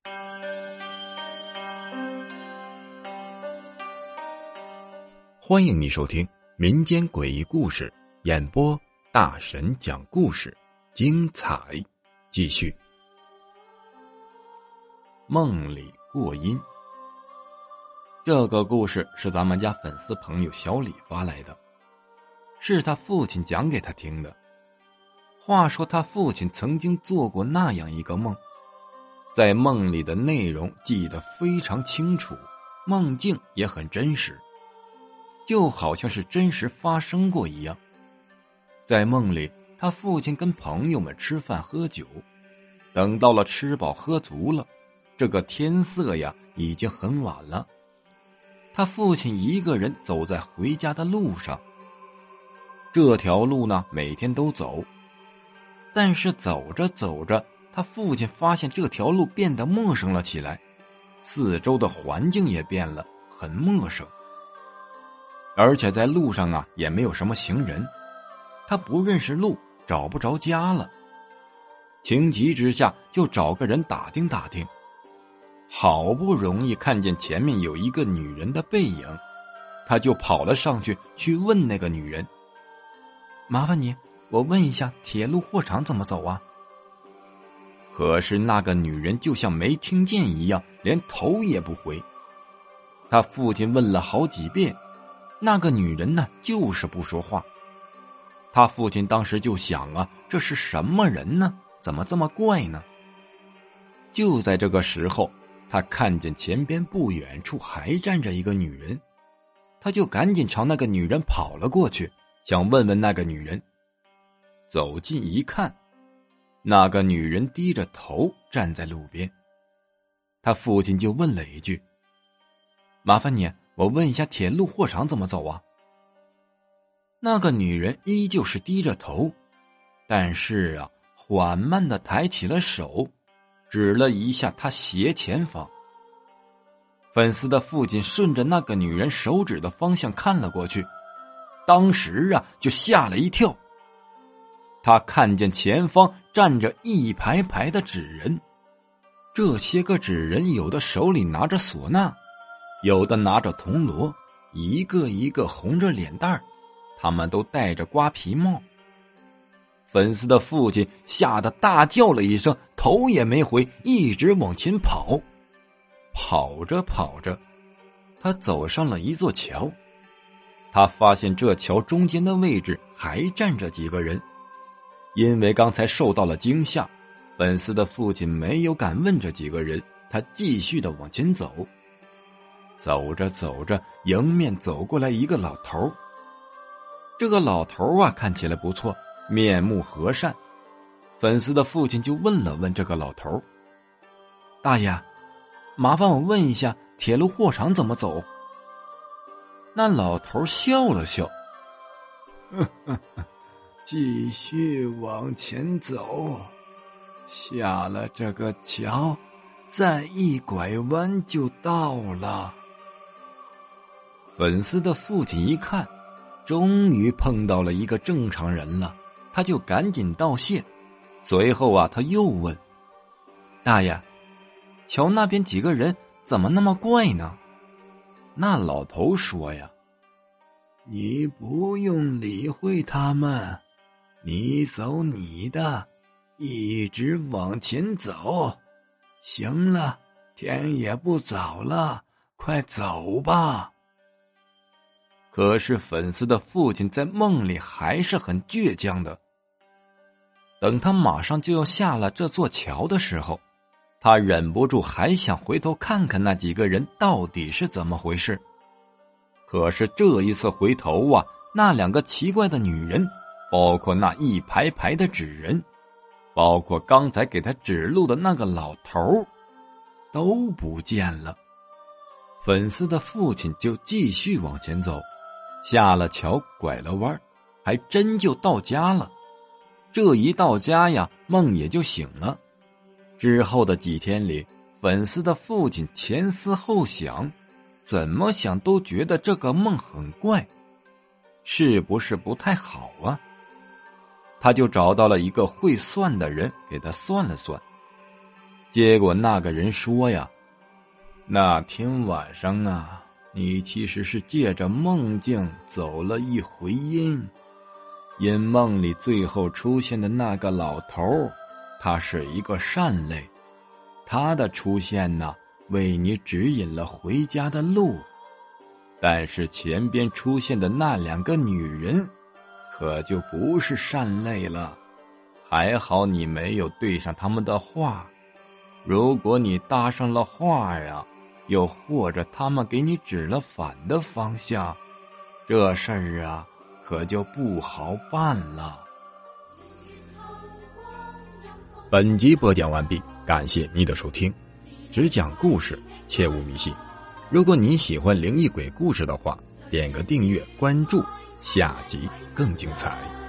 欢迎你收听民间诡异故事，演播大神讲故事，精彩继续。梦里过阴，这个故事是咱们家粉丝朋友小李发来的，是他父亲讲给他听的。话说他父亲曾经做过那样一个梦，在梦里的内容记得非常清楚，梦境也很真实，就好像是真实发生过一样。在梦里，他父亲跟朋友们吃饭喝酒，等到了吃饱喝足了，这个天色呀已经很晚了。他父亲一个人走在回家的路上，这条路呢每天都走，但是走着走着，他父亲发现这条路变得陌生了起来，四周的环境也变了，很陌生。而且在路上啊也没有什么行人，他不认识路，找不着家了。情急之下就找个人打听打听，好不容易看见前面有一个女人的背影，他就跑了上去问那个女人：麻烦你，我问一下铁路货场怎么走啊？可是那个女人就像没听见一样，连头也不回。他父亲问了好几遍，那个女人呢就是不说话。他父亲当时就想啊，这是什么人呢？怎么这么怪呢？就在这个时候，他看见前边不远处还站着一个女人，他就赶紧朝那个女人跑了过去，想问问那个女人。走近一看，那个女人低着头站在路边。他父亲就问了一句：麻烦你，我问一下铁路货场怎么走啊？那个女人依旧是低着头，但是啊，缓慢地抬起了手，指了一下她斜前方。粉丝的父亲顺着那个女人手指的方向看了过去，当时啊就吓了一跳。他看见前方站着一排排的纸人，这些个纸人有的手里拿着唢呐，有的拿着铜锣，一个一个红着脸蛋儿，他们都戴着瓜皮帽。粉丝的父亲吓得大叫了一声，头也没回，一直往前跑。跑着跑着，他走上了一座桥。他发现这桥中间的位置还站着几个人。因为刚才受到了惊吓，粉丝的父亲没有敢问这几个人，他继续的往前走。走着走着，迎面走过来一个老头。这个老头啊看起来不错，面目和善。粉丝的父亲就问了问这个老头：大爷，麻烦我问一下铁路货场怎么走？那老头笑了笑：继续往前走，下了这个桥，再一拐弯就到了。粉丝的父亲一看，终于碰到了一个正常人了，他就赶紧道谢。随后啊，他又问：大爷，桥那边几个人怎么那么怪呢？那老头说呀：你不用理会他们，你走你的，一直往前走。行了，天也不早了，快走吧。可是粉丝的父亲在梦里还是很倔强的。等他马上就要下了这座桥的时候，他忍不住还想回头看看那几个人到底是怎么回事。可是这一次回头啊，那两个奇怪的女人，包括那一排排的纸人，包括刚才给他指路的那个老头，都不见了。粉丝的父亲就继续往前走，下了桥，拐了弯，还真就到家了。这一到家呀，梦也就醒了。之后的几天里，粉丝的父亲前思后想，怎么想都觉得这个梦很怪，是不是不太好啊？他就找到了一个会算的人，给他算了算。 结果那个人说呀，那天晚上啊，你其实是借着梦境走了一回阴。因梦里最后出现的那个老头，他是一个善类，他的出现呢，为你指引了回家的路。但是前边出现的那2个女人，可就不是善类了。还好你没有对上他们的话，如果你搭上了话呀，又或者他们给你指了反的方向，这事儿啊，可就不好办了。本集播讲完毕，感谢你的收听。只讲故事，切勿迷信。如果你喜欢灵异鬼故事的话，点个订阅关注，下集更精彩。